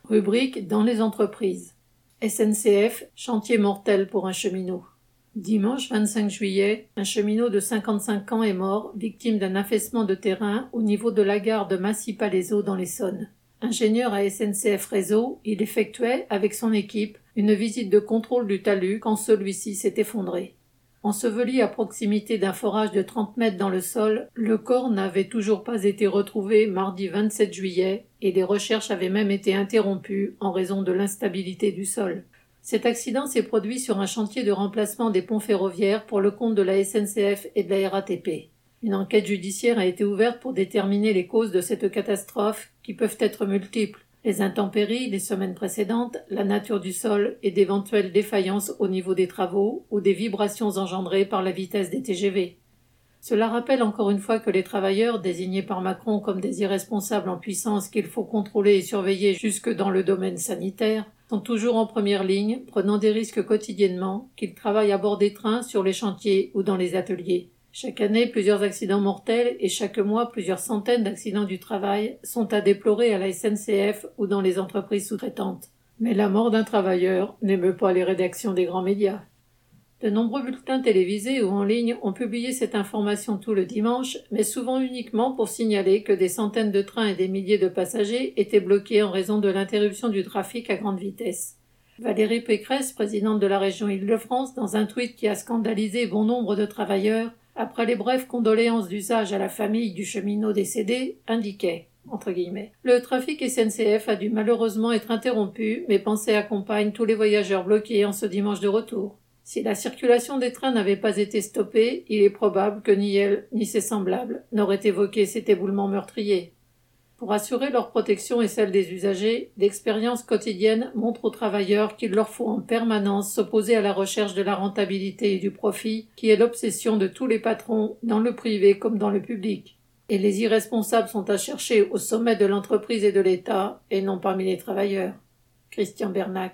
Rubrique dans les entreprises. SNCF, chantier mortel pour un cheminot. Dimanche 25 juillet, un cheminot de 55 ans est mort, victime d'un affaissement de terrain au niveau de la gare de Massy-Palaiseau dans l'Essonne. Ingénieur à SNCF Réseau, il effectuait, avec son équipe, une visite de contrôle du talus quand celui-ci s'est effondré. Enseveli à proximité d'un forage de 30 mètres dans le sol, le corps n'avait toujours pas été retrouvé mardi 27 juillet et les recherches avaient même été interrompues en raison de l'instabilité du sol. Cet accident s'est produit sur un chantier de remplacement des ponts ferroviaires pour le compte de la SNCF et de la RATP. Une enquête judiciaire a été ouverte pour déterminer les causes de cette catastrophe qui peuvent être multiples. Les intempéries les semaines précédentes, la nature du sol et d'éventuelles défaillances au niveau des travaux ou des vibrations engendrées par la vitesse des TGV. Cela rappelle encore une fois que les travailleurs, désignés par Macron comme des irresponsables en puissance qu'il faut contrôler et surveiller jusque dans le domaine sanitaire, sont toujours en première ligne, prenant des risques quotidiennement, qu'ils travaillent à bord des trains, sur les chantiers ou dans les ateliers. Chaque année, plusieurs accidents mortels et chaque mois, plusieurs centaines d'accidents du travail sont à déplorer à la SNCF ou dans les entreprises sous-traitantes. Mais la mort d'un travailleur n'émeut pas les rédactions des grands médias. De nombreux bulletins télévisés ou en ligne ont publié cette information tout le dimanche, mais souvent uniquement pour signaler que des centaines de trains et des milliers de passagers étaient bloqués en raison de l'interruption du trafic à grande vitesse. Valérie Pécresse, présidente de la région Île-de-France, dans un tweet qui a scandalisé bon nombre de travailleurs, après les brèves condoléances d'usage à la famille du cheminot décédé, indiquait, entre guillemets, « Le trafic SNCF a dû malheureusement être interrompu, mais pensez accompagne tous les voyageurs bloqués en ce dimanche de retour. Si la circulation des trains n'avait pas été stoppée, il est probable que ni elle, ni ses semblables n'auraient évoqué cet éboulement meurtrier. » Pour assurer leur protection et celle des usagers, l'expérience quotidienne montre aux travailleurs qu'il leur faut en permanence s'opposer à la recherche de la rentabilité et du profit, qui est l'obsession de tous les patrons, dans le privé comme dans le public. Et les irresponsables sont à chercher au sommet de l'entreprise et de l'État, et non parmi les travailleurs. Christian Bernac.